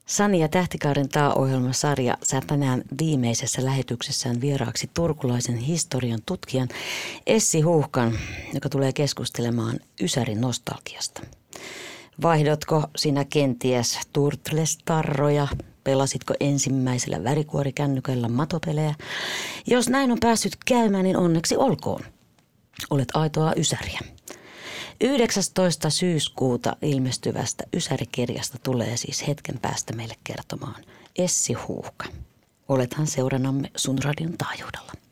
Sani ja Tähtikaaren taa-ohjelmasarja saa tänään viimeisessä lähetyksessään vieraaksi turkulaisen historian tutkijan Essi Huuhkan, joka tulee keskustelemaan Ysärin nostalgiasta. Vaihdotko sinä kenties Turtles-tarroja? Pelasitko ensimmäisellä värikuorikännykällä matopelejä? Jos näin on päässyt käymään, niin onneksi olkoon. Olet aitoa Ysäriä. 19. syyskuuta ilmestyvästä Ysäri-kirjasta tulee siis hetken päästä meille kertomaan Essi Huuhka. Olethan seuranamme sun radion taajuudella.